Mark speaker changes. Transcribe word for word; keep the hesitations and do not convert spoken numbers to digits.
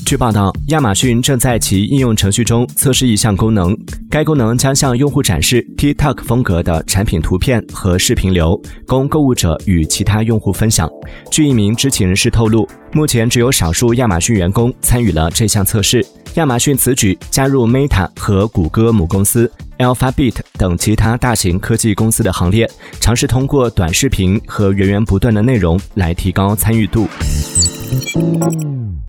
Speaker 1: 据报道，亚马逊正在其应用程序中测试一项功能，该功能将向用户展示 TikTok 风格的产品图片和视频流，供购物者与其他用户分享。据一名知情人士透露，目前只有少数亚马逊员工参与了这项测试。亚马逊此举加入 Meta 和谷歌母公司 Alphabet 等其他大型科技公司的行列，尝试通过短视频和源源不断的内容来提高参与度。